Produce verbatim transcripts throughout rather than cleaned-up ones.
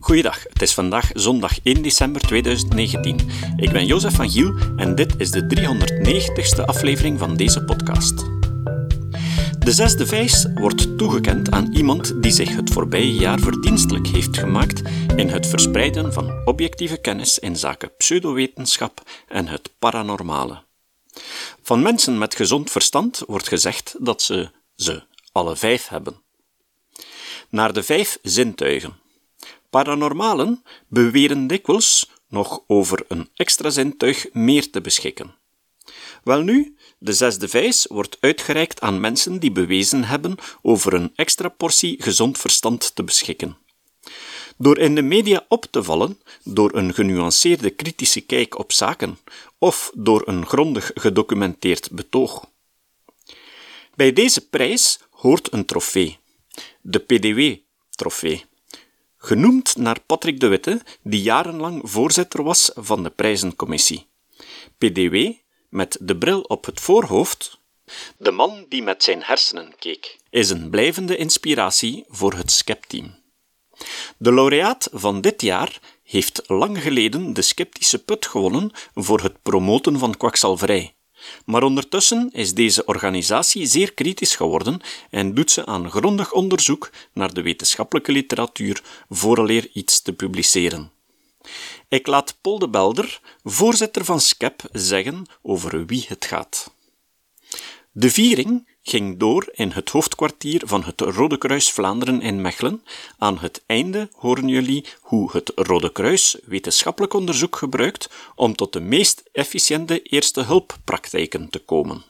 Goeiedag, het is vandaag zondag één december tweeduizend negentien. Ik ben Jozef van Giel en dit is de driehonderdnegentigste aflevering van deze podcast. De zesde vijs wordt toegekend aan iemand die zich het voorbije jaar verdienstelijk heeft gemaakt in het verspreiden van objectieve kennis in zaken pseudowetenschap en het paranormale. Van mensen met gezond verstand wordt gezegd dat ze ze alle vijf hebben. Naar de vijf zintuigen. Paranormalen beweren dikwijls nog over een extra zintuig meer te beschikken. Welnu, de zesde vijs wordt uitgereikt aan mensen die bewezen hebben over een extra portie gezond verstand te beschikken. Door in de media op te vallen, door een genuanceerde kritische kijk op zaken of door een grondig gedocumenteerd betoog. Bij deze prijs hoort een trofee, de P D W-trofee. Genoemd naar Patrick de Witte, die jarenlang voorzitter was van de prijzencommissie. P D W, met de bril op het voorhoofd, de man die met zijn hersenen keek, is een blijvende inspiratie voor het Skep-team. De laureaat van dit jaar heeft lang geleden de Skeptische Put gewonnen voor het promoten van kwakzalverij. Maar ondertussen is deze organisatie zeer kritisch geworden en doet ze aan grondig onderzoek naar de wetenschappelijke literatuur vooraleer iets te publiceren. Ik laat Paul de Belder, voorzitter van Skep, zeggen over wie het gaat. De viering ging door in het hoofdkwartier van het Rode Kruis Vlaanderen in Mechelen. Aan het einde horen jullie hoe het Rode Kruis wetenschappelijk onderzoek gebruikt om tot de meest efficiënte eerste hulppraktijken te komen.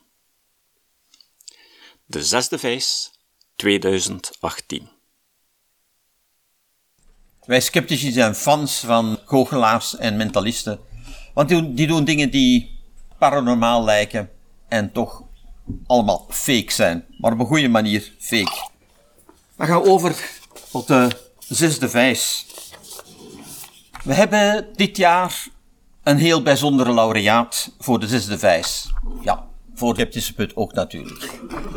De zesde vijs, tweeduizend achttien. Wij sceptici zijn fans van goochelaars en mentalisten, want die, die doen dingen die paranormaal lijken en toch allemaal fake zijn, maar op een goede manier fake. We gaan over tot de zesde vijs. We hebben dit jaar een heel bijzondere laureaat voor de zesde vijs. Ja, voor de Skeptische Put ook natuurlijk.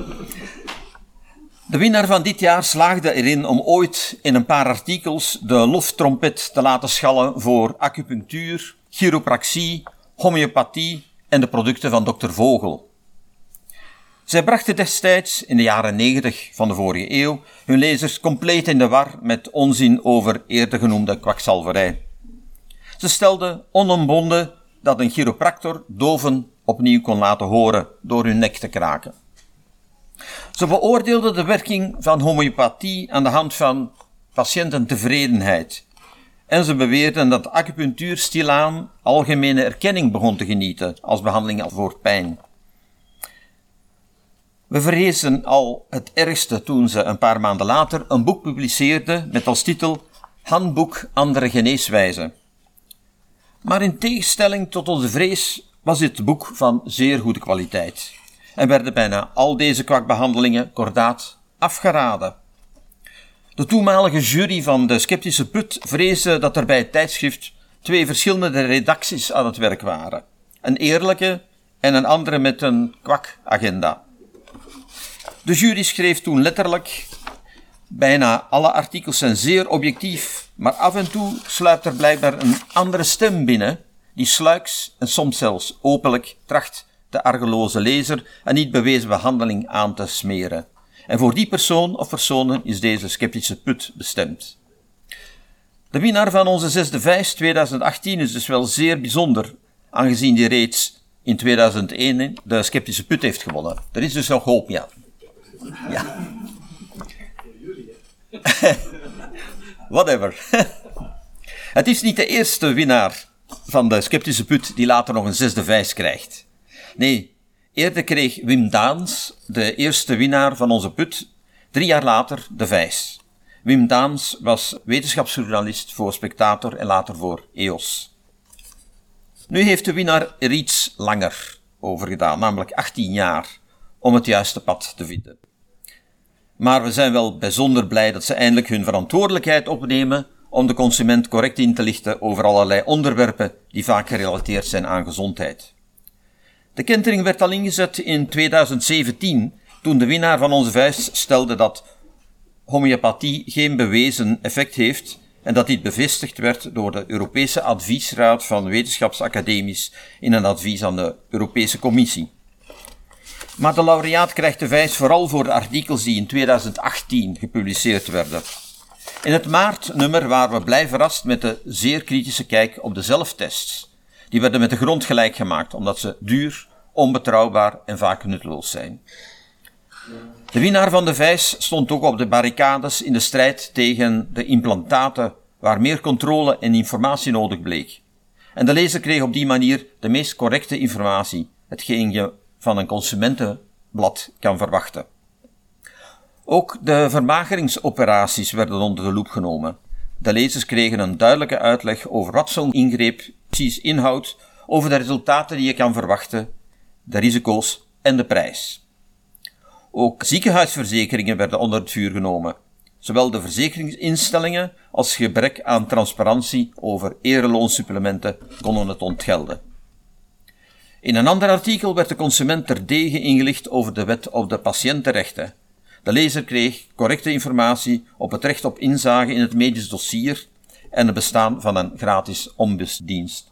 De winnaar van dit jaar slaagde erin om ooit in een paar artikels de loftrompet te laten schallen voor acupunctuur, chiropractie, homeopathie en de producten van dokter Vogel. Zij brachten destijds, in de jaren negentig van de vorige eeuw, hun lezers compleet in de war met onzin over eerder genoemde kwakzalverij. Ze stelden onomwonden dat een chiropractor doven opnieuw kon laten horen door hun nek te kraken. Ze beoordeelden de werking van homeopathie aan de hand van patiëntentevredenheid. En ze beweerden dat acupunctuur stilaan algemene erkenning begon te genieten als behandeling voor pijn. We vreesden al het ergste toen ze een paar maanden later een boek publiceerden met als titel Handboek andere geneeswijzen. Maar in tegenstelling tot onze vrees was dit boek van zeer goede kwaliteit en werden bijna al deze kwakbehandelingen kordaat afgeraden. De toenmalige jury van de Skeptische Put vreesde dat er bij het tijdschrift twee verschillende redacties aan het werk waren. Een eerlijke en een andere met een kwakagenda. De jury schreef toen letterlijk: bijna alle artikels zijn zeer objectief, maar af en toe sluipt er blijkbaar een andere stem binnen, die sluiks en soms zelfs openlijk tracht de argeloze lezer een niet bewezen behandeling aan te smeren. En voor die persoon of personen is deze Skeptische Put bestemd. De winnaar van onze zesde vijs tweeduizend achttien is dus wel zeer bijzonder, aangezien die reeds in tweeduizend één de Skeptische Put heeft gewonnen. Er is dus nog hoop, ja. Ja. Whatever. Het is niet de eerste winnaar van de Skeptische Put die later nog een zesde vijs krijgt. Nee, eerder kreeg Wim Daans, de eerste winnaar van onze put, drie jaar later de vijs. Wim Daans was wetenschapsjournalist voor Spectator en later voor E O S. Nu heeft de winnaar er iets langer over gedaan, namelijk achttien jaar, om het juiste pad te vinden. Maar we zijn wel bijzonder blij dat ze eindelijk hun verantwoordelijkheid opnemen om de consument correct in te lichten over allerlei onderwerpen die vaak gerelateerd zijn aan gezondheid. De kentering werd al ingezet in tweeduizend zeventien, toen de winnaar van onze vijs stelde dat homeopathie geen bewezen effect heeft en dat dit bevestigd werd door de Europese Adviesraad van Wetenschapsacademies in een advies aan de Europese Commissie. Maar de laureaat krijgt de vijs vooral voor de artikels die in tweeduizend achttien gepubliceerd werden. In het maartnummer waren we blij verrast met de zeer kritische kijk op de zelftests. Die werden met de grond gelijk gemaakt, omdat ze duur, onbetrouwbaar en vaak nutteloos zijn. De winnaar van de vijs stond ook op de barricades in de strijd tegen de implantaten, waar meer controle en informatie nodig bleek. En de lezer kreeg op die manier de meest correcte informatie, hetgeen je van een consumentenblad kan verwachten. Ook de vermageringsoperaties werden onder de loep genomen. De lezers kregen een duidelijke uitleg over wat zo'n ingreep precies inhoudt, over de resultaten die je kan verwachten, de risico's en de prijs. Ook ziekenhuisverzekeringen werden onder het vuur genomen. Zowel de verzekeringsinstellingen als gebrek aan transparantie over ereloonsupplementen konden het ontgelden. In een ander artikel werd de consument terdege ingelicht over de wet op de patiëntenrechten. De lezer kreeg correcte informatie op het recht op inzage in het medisch dossier en het bestaan van een gratis ombudsdienst.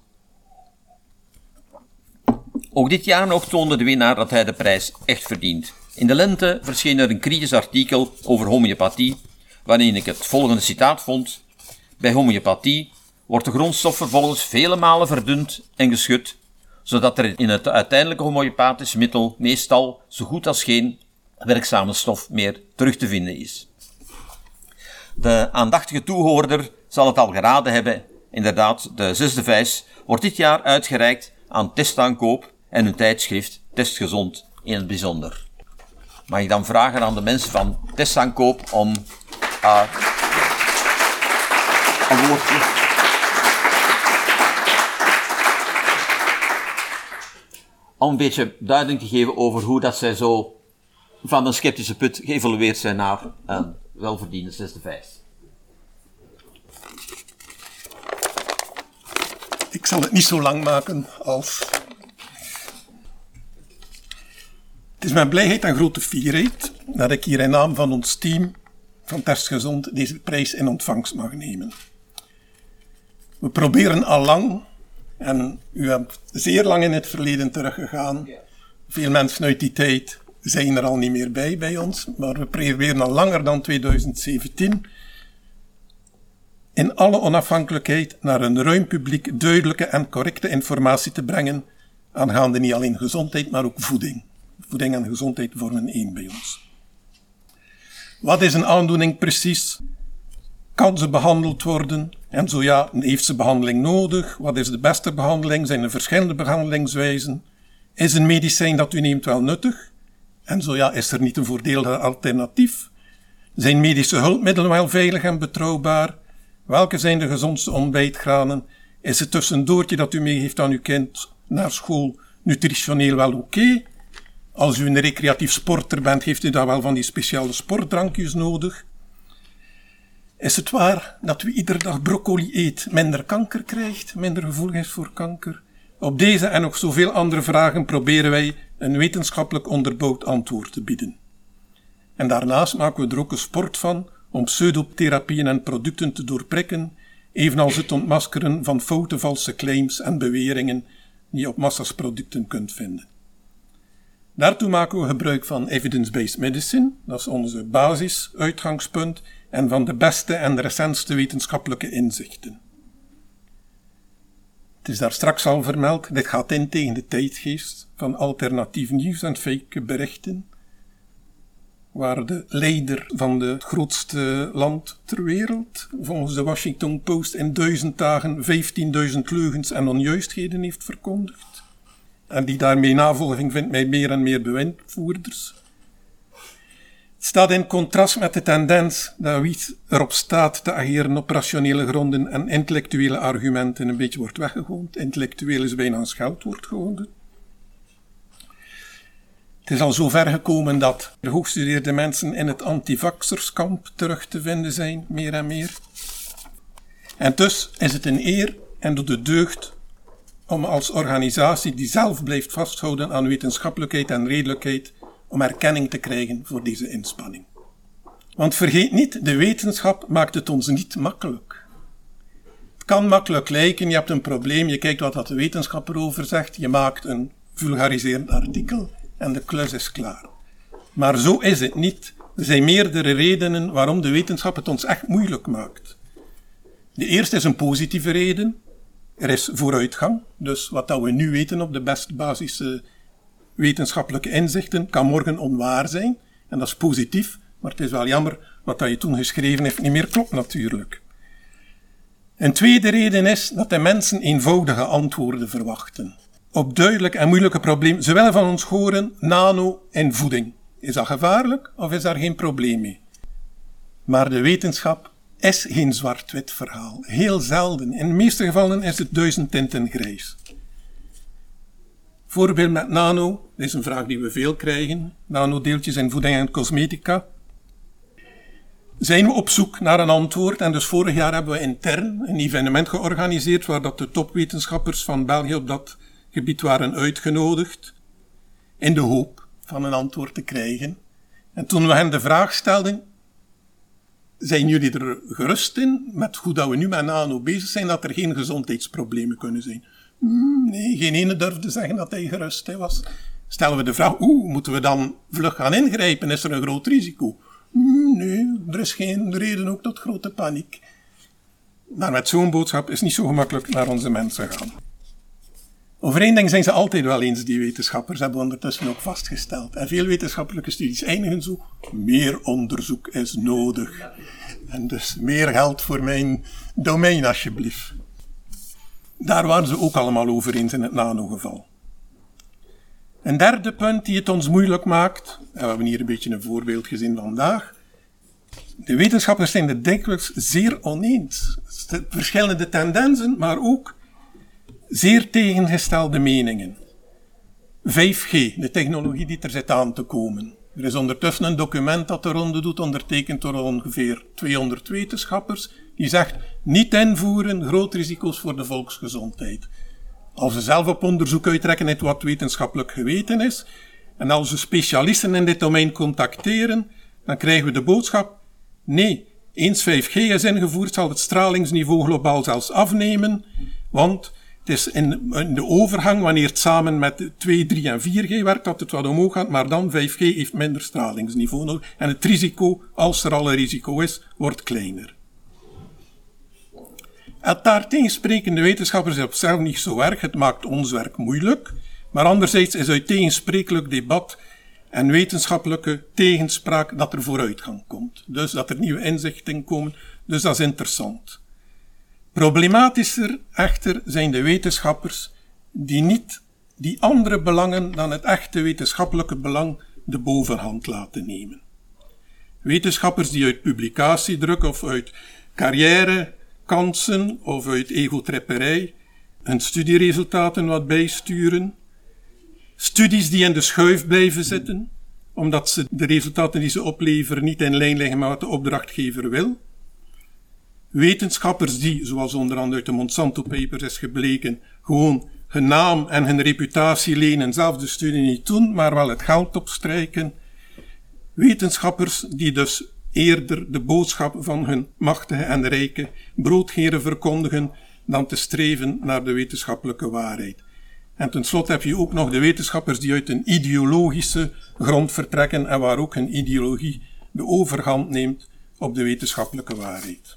Ook dit jaar nog toonde de winnaar dat hij de prijs echt verdient. In de lente verscheen er een kritisch artikel over homeopathie, waarin ik het volgende citaat vond: bij homeopathie wordt de grondstof vervolgens vele malen verdund en geschud, zodat er in het uiteindelijke homeopathisch middel meestal zo goed als geen werkzame stof meer terug te vinden is. De aandachtige toehoorder zal het al geraden hebben. Inderdaad, de zesde vijs wordt dit jaar uitgereikt aan Testaankoop en hun tijdschrift Testgezond in het bijzonder. Mag ik dan vragen aan de mensen van Testaankoop om uh, een woordje. Om een beetje duiding te geven over hoe dat zij zo van een sceptische put geëvolueerd zijn naar een welverdiende zesde vijs. Ik zal het niet zo lang maken als... Het is mijn blijheid en grote fierheid dat ik hier in naam van ons team van Testgezond deze prijs in ontvangst mag nemen. We proberen al lang, en u hebt zeer lang in het verleden teruggegaan, veel mensen uit die tijd zijn er al niet meer bij bij ons, maar we proberen al langer dan tweeduizend zeventien in alle onafhankelijkheid naar een ruim publiek duidelijke en correcte informatie te brengen aangaande niet alleen gezondheid, maar ook voeding. Voeding en gezondheid vormen één bij ons. Wat is een aandoening precies? Kan ze behandeld worden? En zo ja, heeft ze behandeling nodig? Wat is de beste behandeling? Zijn er verschillende behandelingswijzen? Is een medicijn dat u neemt wel nuttig? En zo ja, is er niet een voordelig alternatief? Zijn medische hulpmiddelen wel veilig en betrouwbaar? Welke zijn de gezondste ontbijtgranen? Is het tussendoortje dat u mee heeft aan uw kind naar school nutritioneel wel oké? Okay? Als u een recreatief sporter bent, heeft u dan wel van die speciale sportdrankjes nodig? Is het waar dat u iedere dag broccoli eet, minder kanker krijgt, minder gevoelig is voor kanker? Op deze en nog zoveel andere vragen proberen wij een wetenschappelijk onderbouwd antwoord te bieden. En daarnaast maken we er ook een sport van om pseudotherapieën en producten te doorprikken, evenals het ontmaskeren van foute valse claims en beweringen die je op massa's producten kunt vinden. Daartoe maken we gebruik van evidence-based medicine, dat is onze basisuitgangspunt, en van de beste en de recentste wetenschappelijke inzichten. Het is daar straks al vermeld, dit gaat in tegen de tijdgeest van alternatief nieuws en fake berichten, waar de leider van het grootste land ter wereld, volgens de Washington Post, in duizend dagen vijftienduizend leugens en onjuistheden heeft verkondigd. En die daarmee navolging vindt bij meer en meer bewindvoerders. Het staat in contrast met de tendens dat wie erop staat te ageren op rationele gronden en intellectuele argumenten een beetje wordt weggegooid. Intellectueel is bijna een scheldwoord geworden. Het is al zo ver gekomen dat de hooggestudeerde mensen in het antivaxerskamp terug te vinden zijn, meer en meer. En dus is het een eer en doet de deugd om als organisatie die zelf blijft vasthouden aan wetenschappelijkheid en redelijkheid, om erkenning te krijgen voor deze inspanning. Want vergeet niet, de wetenschap maakt het ons niet makkelijk. kan makkelijk lijken, je hebt een probleem, je kijkt wat dat de wetenschap erover zegt, je maakt een vulgariserend artikel en de klus is klaar. Maar zo is het niet. Er zijn meerdere redenen waarom de wetenschap het ons echt moeilijk maakt. De eerste is een positieve reden. Er is vooruitgang. Dus wat dat we nu weten op de best basisse wetenschappelijke inzichten kan morgen onwaar zijn. En dat is positief, maar het is wel jammer wat dat je toen geschreven heeft niet meer klopt natuurlijk. Een tweede reden is dat de mensen eenvoudige antwoorden verwachten. Op duidelijk en moeilijke problemen. Ze willen van ons horen nano en voeding. Is dat gevaarlijk of is daar geen probleem mee? Maar de wetenschap is geen zwart-wit verhaal. Heel zelden. In de meeste gevallen is het duizend tinten grijs. Voorbeeld met nano. Dat is een vraag die we veel krijgen. Nanodeeltjes in voeding en cosmetica. Zijn we op zoek naar een antwoord. En dus vorig jaar hebben we intern een evenement georganiseerd waar dat de topwetenschappers van België op dat gebied waren uitgenodigd. In de hoop van een antwoord te krijgen. En toen we hen de vraag stelden, zijn jullie er gerust in, met hoe dat we nu met nano bezig zijn, dat er geen gezondheidsproblemen kunnen zijn? Hmm, nee, geen ene durfde zeggen dat hij gerust was. Stellen we de vraag, oeh, moeten we dan vlug gaan ingrijpen? Is er een groot risico? Hmm, nee, er is geen reden ook tot grote paniek. Maar met zo'n boodschap is het niet zo gemakkelijk naar onze mensen gaan. Over één ding zijn ze altijd wel eens, die wetenschappers, hebben we ondertussen ook vastgesteld. En veel wetenschappelijke studies eindigen zo, meer onderzoek is nodig. En dus meer geld voor mijn domein, alsjeblieft. Daar waren ze ook allemaal over eens in het nanogeval. Een derde punt die het ons moeilijk maakt, en we hebben hier een beetje een voorbeeld gezien vandaag. De wetenschappers zijn het dikwijls zeer oneens. Verschillende tendensen, maar ook zeer tegengestelde meningen. vijf G, de technologie die er zit aan te komen. Er is ondertussen een document dat de ronde doet, ondertekend door ongeveer tweehonderd wetenschappers, die zegt, niet invoeren, groot risico's voor de volksgezondheid. Als we zelf op onderzoek uittrekken uit wat wetenschappelijk geweten is, en als we specialisten in dit domein contacteren, dan krijgen we de boodschap, nee, eens vijf G is ingevoerd, zal het stralingsniveau globaal zelfs afnemen, want het is in, in de overgang, wanneer het samen met twee, drie en vier G werkt, dat het wat omhoog gaat, maar dan vijf G heeft minder stralingsniveau nodig. En het risico, als er al een risico is, wordt kleiner. Het daartegensprekende wetenschappers is op zichzelf niet zo erg, het maakt ons werk moeilijk, maar anderzijds is uit tegensprekelijk debat en wetenschappelijke tegenspraak dat er vooruitgang komt. Dus dat er nieuwe inzichten komen, dus dat is interessant. Problematischer echter zijn de wetenschappers die niet die andere belangen dan het echte wetenschappelijke belang de bovenhand laten nemen. Wetenschappers die uit publicatiedruk of uit carrièrekansen of uit egotripperij hun studieresultaten wat bijsturen. Studies die in de schuif blijven zitten, omdat ze de resultaten die ze opleveren niet in lijn liggen met wat de opdrachtgever wil. Wetenschappers die, zoals onder andere uit de Monsanto Papers is gebleken, gewoon hun naam en hun reputatie lenen, zelf de studie niet doen, maar wel het geld opstrijken. Wetenschappers die dus eerder de boodschap van hun machtige en rijke broodheren verkondigen dan te streven naar de wetenschappelijke waarheid. En tenslotte heb je ook nog de wetenschappers die uit een ideologische grond vertrekken en waar ook hun ideologie de overhand neemt op de wetenschappelijke waarheid.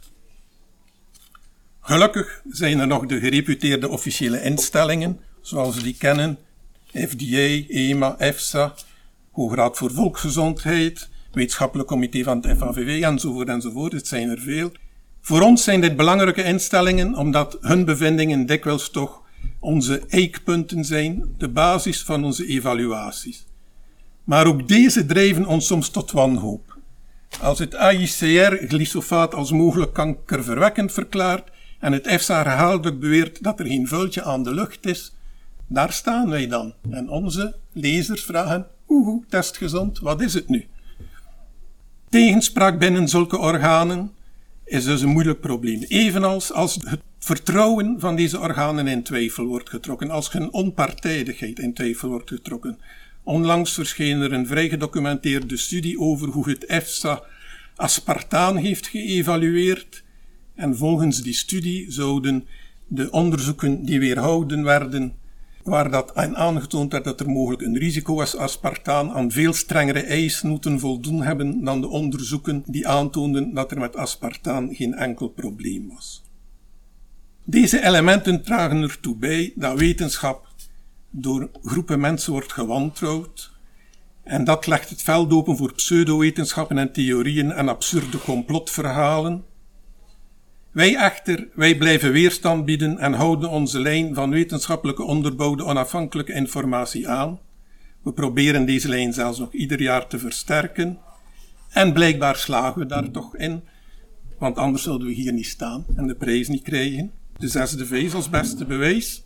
Gelukkig zijn er nog de gereputeerde officiële instellingen, zoals we die kennen, F D A, E M A, EFSA, Hoge Raad voor Volksgezondheid, Wetenschappelijk Comité van het F A V W, enzovoort enzovoort, het zijn er veel. Voor ons zijn dit belangrijke instellingen, omdat hun bevindingen dikwijls toch onze eikpunten zijn, de basis van onze evaluaties. Maar ook deze drijven ons soms tot wanhoop. Als het A I C R glyfosaat als mogelijk kankerverwekkend verklaart en het EFSA herhaaldelijk beweert dat er geen vuiltje aan de lucht is, daar staan wij dan. En onze lezers vragen, oehoe, testgezond, wat is het nu? Tegenspraak binnen zulke organen is dus een moeilijk probleem. Evenals als het vertrouwen van deze organen in twijfel wordt getrokken, als hun onpartijdigheid in twijfel wordt getrokken. Onlangs verscheen er een vrij gedocumenteerde studie over hoe het EFSA aspartaan heeft geëvalueerd. En volgens die studie zouden de onderzoeken die weerhouden werden, waar dat aan aangetoond werd dat er mogelijk een risico was, aspartaan aan veel strengere eisen moeten voldoen hebben dan de onderzoeken die aantoonden dat er met aspartaan geen enkel probleem was. Deze elementen dragen ertoe bij dat wetenschap door groepen mensen wordt gewantrouwd en dat legt het veld open voor pseudowetenschappen en theorieën en absurde complotverhalen. Wij echter, wij blijven weerstand bieden en houden onze lijn van wetenschappelijke onderbouwde onafhankelijke informatie aan. We proberen deze lijn zelfs nog ieder jaar te versterken. En blijkbaar slagen we daar toch in, want anders zouden we hier niet staan en de prijs niet krijgen. De zesde V is ons beste bewijs.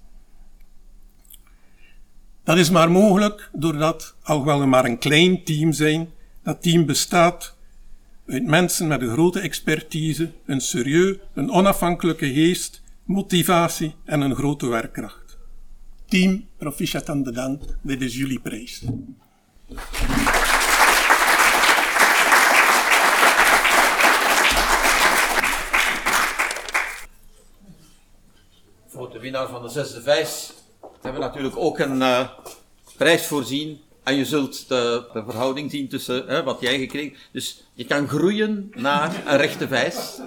Dat is maar mogelijk doordat, alhoewel we maar een klein team zijn, dat team bestaat uit mensen met een grote expertise, een serieus, een onafhankelijke geest, motivatie en een grote werkkracht. Team, proficiat aan de dank, dit is jullie prijs. Voor de winnaar van de zesde vijs hebben we natuurlijk ook een uh, prijs voorzien. En je zult de, de verhouding zien tussen hè, wat jij gekregen. Dus je kan groeien naar een rechte vijs.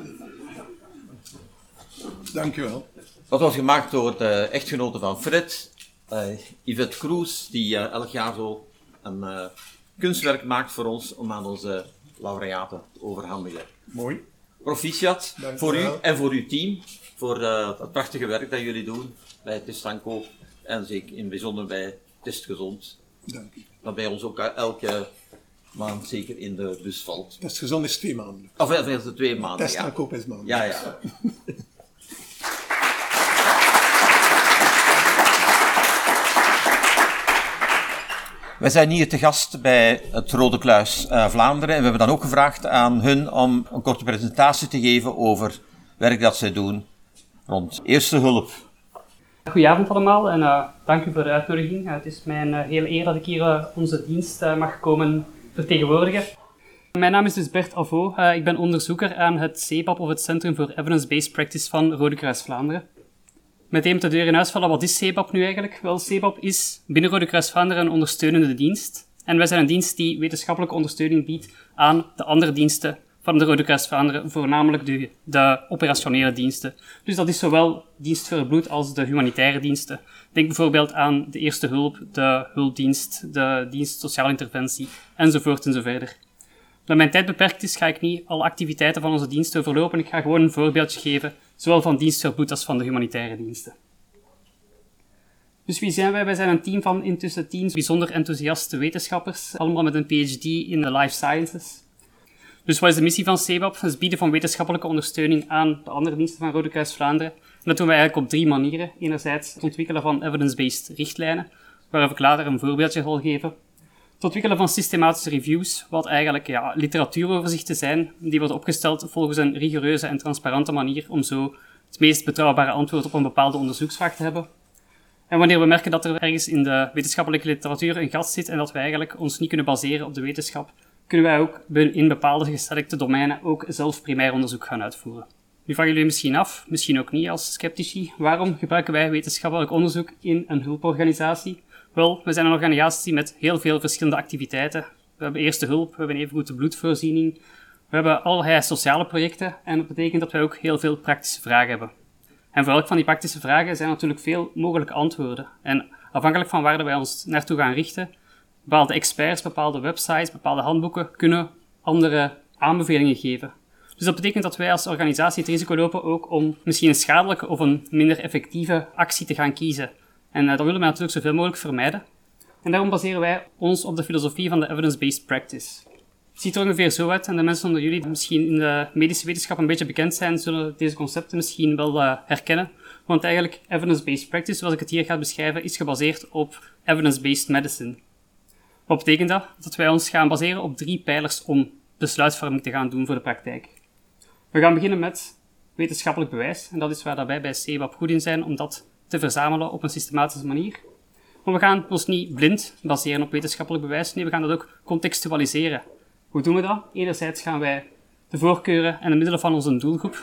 Dank u wel. Dat was gemaakt door de echtgenote van Fred, uh, Yvette Kroes, die uh, elk jaar zo een uh, kunstwerk maakt voor ons om aan onze laureaten te overhandigen. Mooi. Proficiat Dank voor u u wel. en voor uw team, voor uh, het prachtige werk dat jullie doen bij Testanco en zeker in het bijzonder bij Testgezond. Dank u. Dat bij ons ook elke maand zeker in de bus valt. Testgezond is twee maanden. Of even is het twee maanden, Test ja. en koop is maanden. Ja, ja. Wij zijn hier te gast bij het Rode Kruis uh, Vlaanderen en we hebben dan ook gevraagd aan hun om een korte presentatie te geven over werk dat zij doen rond eerste hulp. Goedenavond allemaal en uh, dank u voor de uitnodiging. Uh, het is mij een uh, hele eer dat ik hier uh, onze dienst uh, mag komen vertegenwoordigen. Mijn naam is dus Bert Avaux. Uh, ik ben onderzoeker aan het C E P A P, of het Centrum for Evidence-Based Practice van Rode Kruis Vlaanderen. Meteen met de deur in huis vallen, wat is C E P A P nu eigenlijk? Wel, C E P A P is binnen Rode Kruis Vlaanderen een ondersteunende dienst. En wij zijn een dienst die wetenschappelijke ondersteuning biedt aan de andere diensten van de Rode Kruis Vlaanderen, voornamelijk de, de operationele diensten. Dus dat is zowel dienst voor het bloed als de humanitaire diensten. Denk bijvoorbeeld aan de eerste hulp, de hulpdienst, de dienst sociale interventie, enzovoort en zo verder. Omdat mijn tijd beperkt is, ga ik niet alle activiteiten van onze dienst overlopen. Ik ga gewoon een voorbeeldje geven, zowel van dienst voor het bloed als van de humanitaire diensten. Dus wie zijn wij? Wij zijn een team van intussen tien bijzonder enthousiaste wetenschappers, allemaal met een P H D in de life sciences. Dus wat is de missie van C E P A P? Het bieden van wetenschappelijke ondersteuning aan de andere diensten van Rode Kruis Vlaanderen. En dat doen wij eigenlijk op drie manieren. Enerzijds het ontwikkelen van evidence-based richtlijnen, waarover ik later een voorbeeldje zal geven. Het ontwikkelen van systematische reviews, wat eigenlijk ja, literatuuroverzichten zijn, die worden opgesteld volgens een rigoureuze en transparante manier om zo het meest betrouwbare antwoord op een bepaalde onderzoeksvraag te hebben. En wanneer we merken dat er ergens in de wetenschappelijke literatuur een gat zit en dat we eigenlijk ons niet kunnen baseren op de wetenschap, kunnen wij ook in bepaalde geselecte domeinen ook zelf primair onderzoek gaan uitvoeren. Nu vragen jullie misschien af, misschien ook niet als sceptici, waarom gebruiken wij wetenschappelijk onderzoek in een hulporganisatie? Wel, we zijn een organisatie met heel veel verschillende activiteiten. We hebben eerste hulp, we hebben evengoed de bloedvoorziening, we hebben allerlei sociale projecten en dat betekent dat wij ook heel veel praktische vragen hebben. En voor elk van die praktische vragen zijn natuurlijk veel mogelijke antwoorden. En afhankelijk van waar wij ons naartoe gaan richten, bepaalde experts, bepaalde websites, bepaalde handboeken kunnen andere aanbevelingen geven. Dus dat betekent dat wij als organisatie het risico lopen ook om misschien een schadelijke of een minder effectieve actie te gaan kiezen. En uh, dat willen wij natuurlijk zoveel mogelijk vermijden. En daarom baseren wij ons op de filosofie van de evidence-based practice. Het ziet er ongeveer zo uit, en de mensen onder jullie die misschien in de medische wetenschap een beetje bekend zijn, zullen deze concepten misschien wel uh, herkennen. Want eigenlijk, evidence-based practice, zoals ik het hier ga beschrijven, is gebaseerd op evidence-based medicine. Wat betekent dat? Dat wij ons gaan baseren op drie pijlers om besluitvorming te gaan doen voor de praktijk. We gaan beginnen met wetenschappelijk bewijs, en dat is waar wij bij C E P A P goed in zijn, om dat te verzamelen op een systematische manier. Maar we gaan ons niet blind baseren op wetenschappelijk bewijs, nee, we gaan dat ook contextualiseren. Hoe doen we dat? Enerzijds gaan wij de voorkeuren en de middelen van onze doelgroep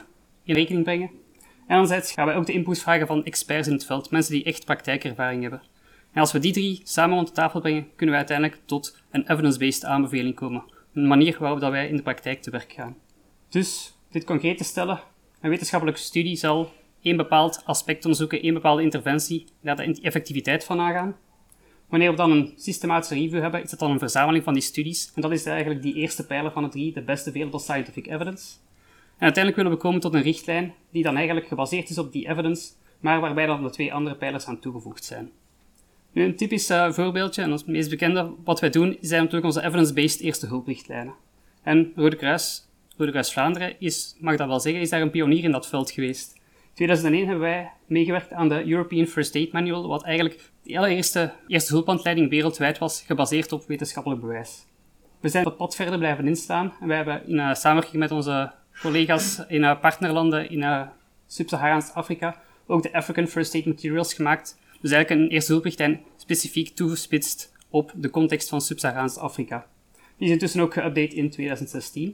in rekening brengen. En anderzijds gaan wij ook de input vragen van experts in het veld, mensen die echt praktijkervaring hebben. En als we die drie samen rond de tafel brengen, kunnen wij uiteindelijk tot een evidence-based aanbeveling komen. Een manier waarop dat wij in de praktijk te werk gaan. Dus, dit concreet te stellen, een wetenschappelijke studie zal één bepaald aspect onderzoeken, één bepaalde interventie, daar de effectiviteit van aangaan. Wanneer we dan een systematische review hebben, is dat dan een verzameling van die studies. En dat is eigenlijk die eerste pijler van de drie, de best available scientific evidence. En uiteindelijk willen we komen tot een richtlijn die dan eigenlijk gebaseerd is op die evidence, maar waarbij dan de twee andere pijlers aan toegevoegd zijn. Nu, een typisch uh, voorbeeldje, en het meest bekende wat wij doen, zijn natuurlijk onze evidence-based eerste hulprichtlijnen. En Rode Kruis, Rode Kruis Vlaanderen is, mag dat wel zeggen, is daar een pionier in dat veld geweest. In tweeduizend één hebben wij meegewerkt aan de European First Aid Manual, wat eigenlijk de allereerste eerste hulphandleiding wereldwijd was, gebaseerd op wetenschappelijk bewijs. We zijn dat pad verder blijven instaan en wij hebben in uh, samenwerking met onze collega's in uh, partnerlanden in uh, Sub-Saharaans Afrika ook de African First Aid Materials gemaakt. Dus eigenlijk een eerste hulprichtlijn specifiek toegespitst op de context van Sub-Saharaans Afrika. Die is intussen ook geüpdate in tweeduizend zestien.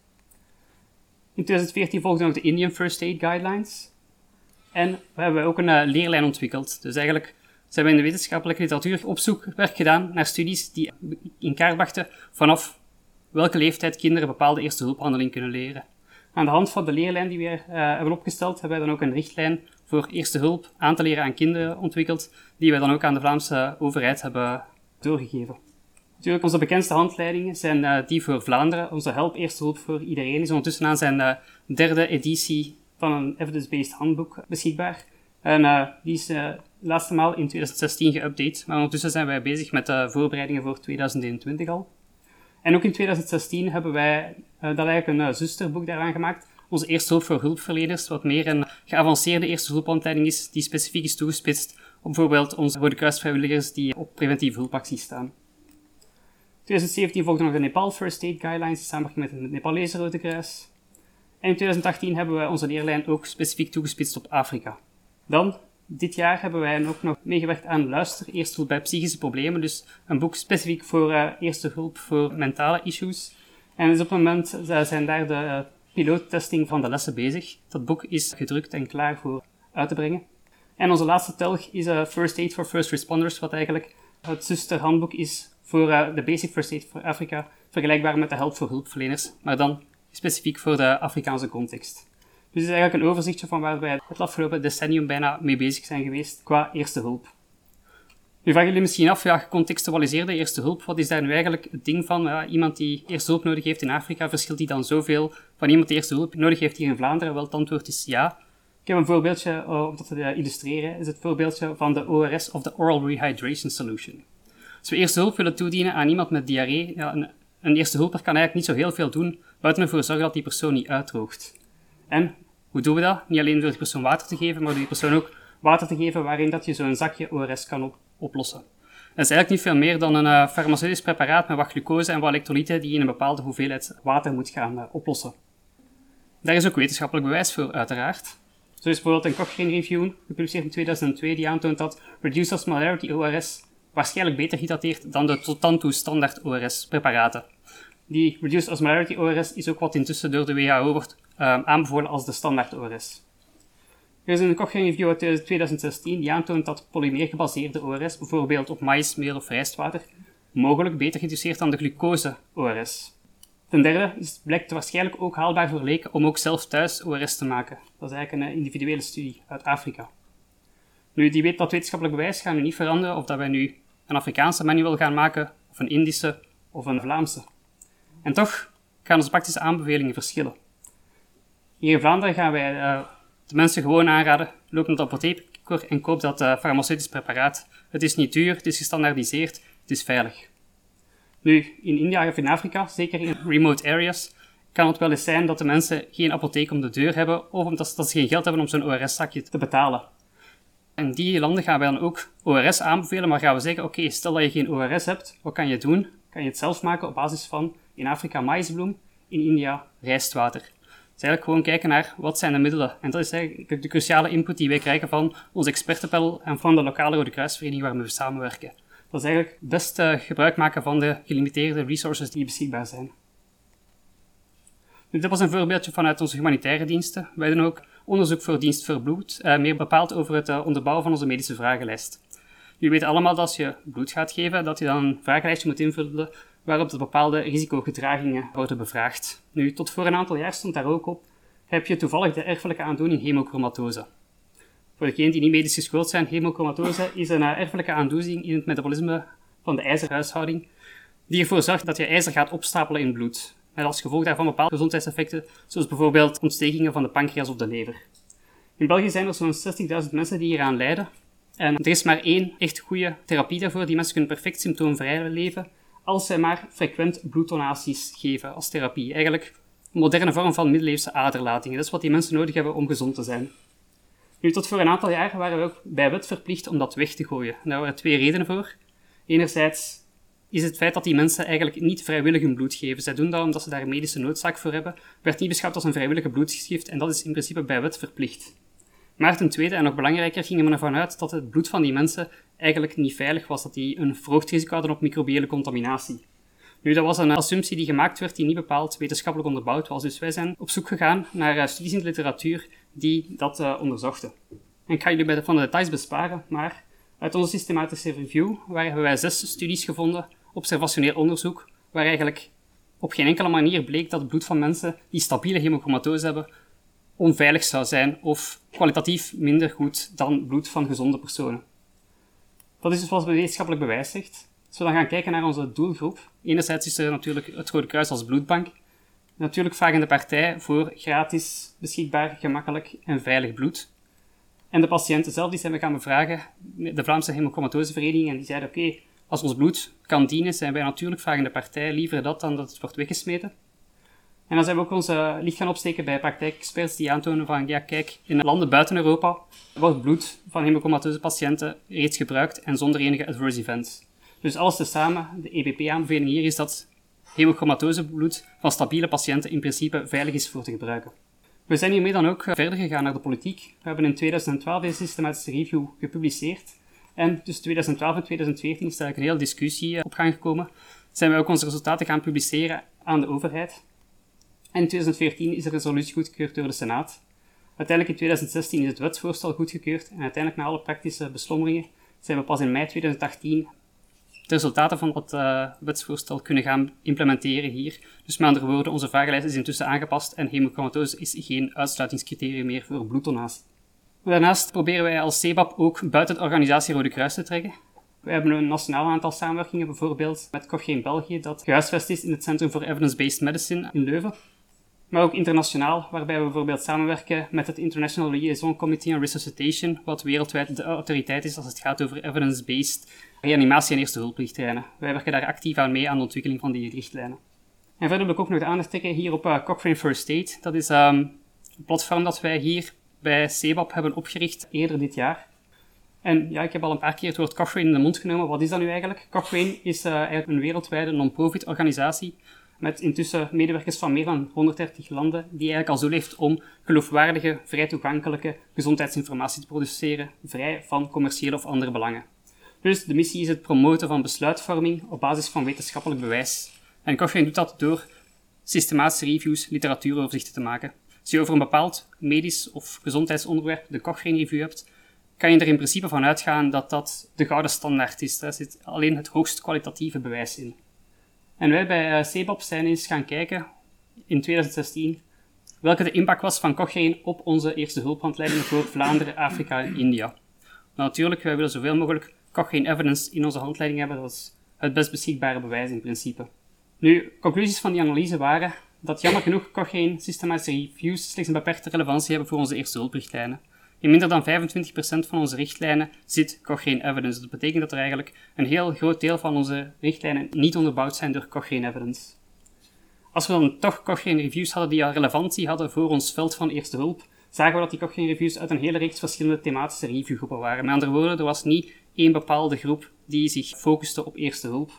In tweeduizend veertien volgden nog de Indian First Aid Guidelines. En we hebben ook een uh, leerlijn ontwikkeld. Dus eigenlijk zijn we in de wetenschappelijke literatuur op zoek werk gedaan naar studies die in kaart brachten vanaf welke leeftijd kinderen bepaalde eerste hulphandeling kunnen leren. Aan de hand van de leerlijn die we uh, hebben opgesteld, hebben wij dan ook een richtlijn voor eerste hulp aan te leren aan kinderen ontwikkeld, die wij dan ook aan de Vlaamse overheid hebben doorgegeven. Natuurlijk, onze bekendste handleidingen zijn uh, die voor Vlaanderen. Onze Help Eerste Hulp voor Iedereen is ondertussen aan zijn uh, derde editie van een evidence-based handboek beschikbaar. En uh, die is uh, de laatste maal in tweeduizend zestien geüpdate, maar ondertussen zijn wij bezig met de voorbereidingen voor tweeduizend eenentwintig al. En ook in tweeduizend zestien hebben wij uh, dat eigenlijk een uh, zusterboek daaraan gemaakt. Onze Eerste Hulp voor Hulpverleners, wat meer een geavanceerde eerste hulphandleiding is, die specifiek is toegespitst op bijvoorbeeld onze Rode Kruisvrijwilligers die op preventieve hulpacties staan. tweeduizend zeventien volgde nog de Nepal First Aid Guidelines in samenwerking met het Nepalese Rode Kruis. En in tweeduizend achttien hebben we onze leerlijn ook specifiek toegespitst op Afrika. Dan, dit jaar hebben wij ook nog meegewerkt aan Luister, Eerste Hulp bij psychische problemen, dus een boek specifiek voor uh, eerste hulp voor mentale issues. En dus op het moment zijn daar de uh, piloottesting van de lessen bezig. Dat boek is gedrukt en klaar voor uit te brengen. En onze laatste telg is uh, First Aid for First Responders, wat eigenlijk het zusterhandboek is voor uh, de Basic First Aid voor Afrika, vergelijkbaar met de Help voor hulpverleners, maar dan specifiek voor de Afrikaanse context. Dus het is eigenlijk een overzichtje van waar wij het afgelopen decennium bijna mee bezig zijn geweest qua eerste hulp. Nu vragen jullie misschien af, ja, gecontextualiseerde eerste hulp, wat is daar nu eigenlijk het ding van? Ja, iemand die eerste hulp nodig heeft in Afrika, verschilt die dan zoveel van iemand die eerste hulp nodig heeft hier in Vlaanderen? Wel, het antwoord is ja. Ik heb een voorbeeldje, uh, om dat te illustreren, is het voorbeeldje van de O R S, of de Oral Rehydration Solution. Als we eerste hulp willen toedienen aan iemand met diarree, ja, een, een eerste hulper kan eigenlijk niet zo heel veel doen, buiten ervoor zorgen dat die persoon niet uitdroogt. En hoe doen we dat? Niet alleen door die persoon water te geven, maar door die persoon ook water te geven waarin dat je zo'n zakje O R S kan op oplossen. Dat is eigenlijk niet veel meer dan een uh, farmaceutisch preparaat met wat glucose en wat elektrolyten die in een bepaalde hoeveelheid water moet gaan uh, oplossen. Daar is ook wetenschappelijk bewijs voor, uiteraard. Zo is bijvoorbeeld een Cochrane Review, gepubliceerd in tweeduizend twee, die aantoont dat Reduced Osmolarity O R S waarschijnlijk beter gedateerd dan de tot dan toe standaard O R S-preparaten. Die Reduced Osmolarity O R S is ook wat intussen door de W H O wordt uh, aanbevolen als de standaard O R S. Er is een Cochrane Review uit tweeduizend zestien die aantoont dat polymeergebaseerde O R S, bijvoorbeeld op maïs, meel of rijstwater, mogelijk beter geïnduceerd dan de glucose O R S. Ten derde is, blijkt het waarschijnlijk ook haalbaar voor leken om ook zelf thuis O R S te maken. Dat is eigenlijk een individuele studie uit Afrika. Nu, die weet dat wetenschappelijk bewijs gaat nu niet veranderen of dat wij nu een Afrikaanse manual gaan maken, of een Indische, of een Vlaamse. En toch gaan onze praktische aanbevelingen verschillen. Hier in Vlaanderen gaan wij uh, de mensen gewoon aanraden, loop naar de apotheek en koop dat uh, farmaceutisch preparaat. Het is niet duur, het is gestandaardiseerd, het is veilig. Nu, in India of in Afrika, zeker in remote areas, kan het wel eens zijn dat de mensen geen apotheek om de deur hebben, of omdat ze, dat ze geen geld hebben om zo'n O R S-zakje te betalen. In die landen gaan wij dan ook O R S aanbevelen, maar gaan we zeggen, oké, okay, stel dat je geen O R S hebt, wat kan je doen? Kan je het zelf maken op basis van in Afrika maïsbloem, in India rijstwater. Dus eigenlijk gewoon kijken naar wat zijn de middelen. En dat is eigenlijk de cruciale input die wij krijgen van ons expertenpanel en van de lokale Rode Kruisvereniging waarmee we samenwerken. Dat is eigenlijk het beste gebruik maken van de gelimiteerde resources die beschikbaar zijn. Nu, dit was een voorbeeldje vanuit onze humanitaire diensten. Wij doen ook onderzoek voor dienst voor bloed, uh, meer bepaald over het uh, onderbouwen van onze medische vragenlijst. Jullie weten allemaal dat als je bloed gaat geven, dat je dan een vragenlijstje moet invullen waarop de bepaalde risicogedragingen worden bevraagd. Nu, tot voor een aantal jaar stond daar ook op, heb je toevallig de erfelijke aandoening hemochromatose. Voor degenen die niet medisch geschoold zijn, hemochromatose is een uh, erfelijke aandoening in het metabolisme van de ijzerhuishouding, die ervoor zorgt dat je ijzer gaat opstapelen in bloed. Met als gevolg daarvan bepaalde gezondheidseffecten, zoals bijvoorbeeld ontstekingen van de pancreas of de lever. In België zijn er zo'n zestigduizend mensen die hieraan lijden. En er is maar één echt goede therapie daarvoor. Die mensen kunnen perfect symptoomvrij leven als zij maar frequent bloeddonaties geven als therapie. Eigenlijk een moderne vorm van middeleeuwse aderlatingen. Dat is wat die mensen nodig hebben om gezond te zijn. Nu, tot voor een aantal jaar waren we ook bij wet verplicht om dat weg te gooien. En daar waren twee redenen voor. Enerzijds is het feit dat die mensen eigenlijk niet vrijwillig hun bloed geven. Zij doen dat omdat ze daar een medische noodzaak voor hebben. Werd niet beschouwd als een vrijwillige bloedgift en dat is in principe bij wet verplicht. Maar ten tweede, en nog belangrijker, gingen we ervan uit dat het bloed van die mensen eigenlijk niet veilig was, dat die een verhoogd risico hadden op microbiële contaminatie. Nu, dat was een assumptie die gemaakt werd die niet bepaald wetenschappelijk onderbouwd was. Dus wij zijn op zoek gegaan naar uh, studies in de literatuur die dat uh, onderzochten. En ik ga jullie bij de, van de details besparen, maar uit onze systematische review waar hebben wij zes studies gevonden, observationeel onderzoek, waar eigenlijk op geen enkele manier bleek dat het bloed van mensen die stabiele hemochromatose hebben onveilig zou zijn of kwalitatief minder goed dan bloed van gezonde personen. Dat is dus wat wetenschappelijk bewijs zegt. Als we dan gaan kijken naar onze doelgroep, enerzijds is er natuurlijk het Rode Kruis als bloedbank. Natuurlijk vragen de partij voor gratis, beschikbaar, gemakkelijk en veilig bloed. En de patiënten zelf die zijn we gaan bevragen, de Vlaamse Hemochromatosevereniging, en die zeiden oké, okay, als ons bloed kan dienen, zijn wij natuurlijk vragende partij liever dat dan dat het wordt weggesmeten. En dan zijn we ook onze licht gaan opsteken bij praktijkexperts die aantonen van, ja kijk, in landen buiten Europa wordt bloed van hemochromatoze patiënten reeds gebruikt en zonder enige adverse events. Dus alles tezamen, de E B P-aanbeveling hier is dat hemochromatoze-bloed van stabiele patiënten in principe veilig is voor te gebruiken. We zijn hiermee dan ook verder gegaan naar de politiek. We hebben in tweeduizend twaalf deze systematische review gepubliceerd. En tussen tweeduizend twaalf en tweeduizend veertien is er eigenlijk een hele discussie op gang gekomen. Zijn wij ook onze resultaten gaan publiceren aan de overheid. En in tweeduizend veertien is er een resolutie goedgekeurd door de Senaat. Uiteindelijk in tweeduizend zestien is het wetsvoorstel goedgekeurd. En uiteindelijk na alle praktische beslommeringen zijn we pas in mei tweeduizend achttien de resultaten van dat uh, wetsvoorstel kunnen gaan implementeren hier. Dus met andere woorden, onze vragenlijst is intussen aangepast en hemochromatoze is geen uitsluitingscriterium meer voor bloeddonatie. Daarnaast proberen wij als C E B A P ook buiten de organisatie Rode Kruis te trekken. We hebben een nationaal aantal samenwerkingen, bijvoorbeeld met Cochrane België, dat gehuisvest is in het Centrum for Evidence-Based Medicine in Leuven. Maar ook internationaal, waarbij we bijvoorbeeld samenwerken met het International Liaison Committee on Resuscitation, wat wereldwijd de autoriteit is als het gaat over evidence-based reanimatie en eerste hulprichtlijnen. Wij werken daar actief aan mee aan de ontwikkeling van die richtlijnen. En verder wil ik ook nog de aandacht trekken hier op uh, Cochrane First Aid. Dat is um, een platform dat wij hier bij C E B A P hebben opgericht eerder dit jaar. En ja, ik heb al een paar keer het woord Cochrane in de mond genomen. Wat is dat nu eigenlijk? Cochrane is uh, eigenlijk een wereldwijde non-profit organisatie met intussen medewerkers van meer dan honderddertig landen, die eigenlijk als doel heeft om geloofwaardige, vrij toegankelijke gezondheidsinformatie te produceren, vrij van commerciële of andere belangen. Dus de missie is het promoten van besluitvorming op basis van wetenschappelijk bewijs. En Cochrane doet dat door systematische reviews, literatuuroverzichten te maken. Als je over een bepaald medisch of gezondheidsonderwerp de Cochrane Review hebt, kan je er in principe van uitgaan dat dat de gouden standaard is. Daar zit alleen het hoogst kwalitatieve bewijs in. En wij bij C E B A P zijn eens gaan kijken, in tweeduizend zestien, welke de impact was van Cochrane op onze eerste hulphandleidingen voor Vlaanderen, Afrika en India. Maar natuurlijk, wij willen zoveel mogelijk Cochrane evidence in onze handleiding hebben, dat is het best beschikbare bewijs in principe. Nu, conclusies van die analyse waren dat jammer genoeg Cochrane systematische reviews slechts een beperkte relevantie hebben voor onze eerste hulprichtlijnen. In minder dan vijfentwintig procent van onze richtlijnen zit Cochrane evidence. Dat betekent dat er eigenlijk een heel groot deel van onze richtlijnen niet onderbouwd zijn door Cochrane evidence. Als we dan toch Cochrane reviews hadden die al relevantie hadden voor ons veld van eerste hulp, zagen we dat die Cochrane reviews uit een hele reeks verschillende thematische reviewgroepen waren. Met andere woorden, er was niet één bepaalde groep die zich focuste op eerste hulp.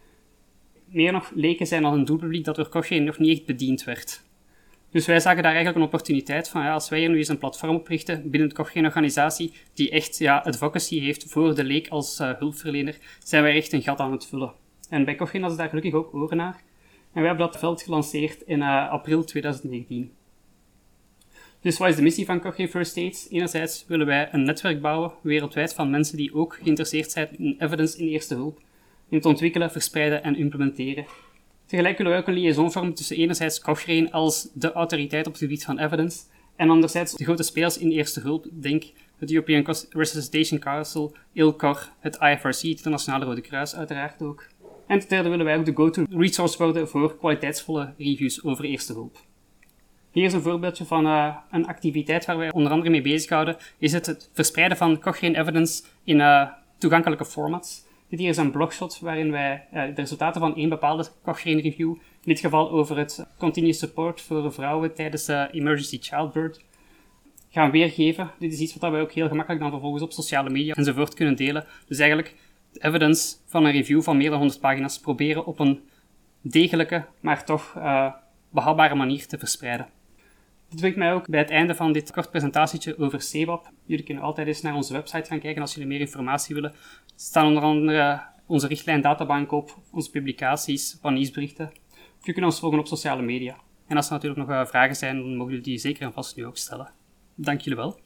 Meer nog, leken zijn al een doelpubliek dat door Cochrane nog niet echt bediend werd. Dus wij zagen daar eigenlijk een opportuniteit van, ja, als wij hier nu eens een platform oprichten binnen de Cochrane-organisatie, die echt ja, advocacy heeft voor de leek als uh, hulpverlener, zijn wij echt een gat aan het vullen. En bij Cochrane hadden ze daar gelukkig ook oren naar. En wij hebben dat veld gelanceerd in uh, april tweeduizend negentien. Dus wat is de missie van Cochrane First Aid? Enerzijds willen wij een netwerk bouwen wereldwijd van mensen die ook geïnteresseerd zijn in evidence in eerste hulp, in het ontwikkelen, verspreiden en implementeren. Tegelijk willen wij ook een liaison vormen tussen enerzijds Cochrane als de autoriteit op het gebied van evidence en anderzijds de grote spelers in eerste hulp, denk het European Resuscitation Council, I L C O R, het I F R C, het Internationale Rode Kruis uiteraard ook. En ten derde willen wij ook de go-to resource worden voor kwaliteitsvolle reviews over eerste hulp. Hier is een voorbeeldje van uh, een activiteit waar wij onder andere mee bezighouden, is het, het verspreiden van Cochrane evidence in uh, toegankelijke formats. Dit hier is een blogshot waarin wij uh, de resultaten van één bepaalde Cochrane review, in dit geval over het continuous support voor vrouwen tijdens uh, emergency childbirth, gaan weergeven. Dit is iets wat wij ook heel gemakkelijk dan vervolgens op sociale media enzovoort kunnen delen. Dus eigenlijk de evidence van een review van meer dan honderd pagina's proberen op een degelijke, maar toch uh, behapbare manier te verspreiden. Dit brengt mij ook bij het einde van dit kort presentatietje over C B A P. Jullie kunnen altijd eens naar onze website gaan kijken als jullie meer informatie willen. Er staan onder andere onze richtlijn databank op, onze publicaties, van nieuwsberichten. Of je kunt ons volgen op sociale media. En als er natuurlijk nog vragen zijn, dan mogen jullie die zeker en vast nu ook stellen. Dank jullie wel.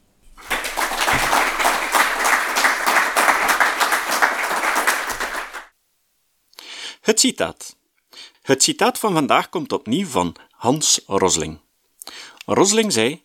Het citaat. Het citaat van vandaag komt opnieuw van Hans Rosling. Rosling zei: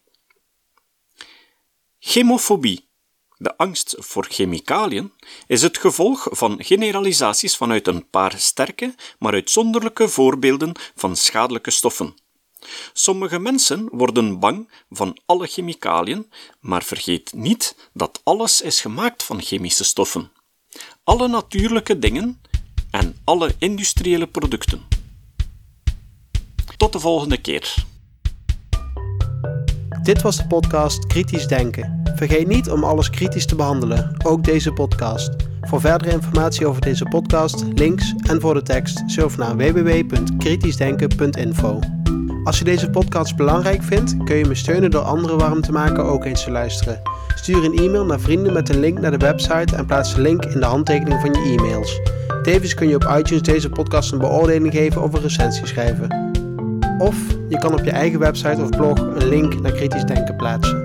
chemofobie, de angst voor chemicaliën, is het gevolg van generalisaties vanuit een paar sterke, maar uitzonderlijke voorbeelden van schadelijke stoffen. Sommige mensen worden bang van alle chemicaliën, maar vergeet niet dat alles is gemaakt van chemische stoffen. Alle natuurlijke dingen en alle industriële producten. Tot de volgende keer. Dit was de podcast Kritisch Denken. Vergeet niet om alles kritisch te behandelen, ook deze podcast. Voor verdere informatie over deze podcast, links en voor de tekst, surf naar w w w punt kritisch denken punt info. Als je deze podcast belangrijk vindt, kun je me steunen door anderen warm te maken ook eens te luisteren. Stuur een e-mail naar vrienden met een link naar de website en plaats de link in de handtekening van je e-mails. Tevens kun je op iTunes deze podcast een beoordeling geven of een recensie schrijven. Of je kan op je eigen website of blog een link naar Kritisch Denken plaatsen.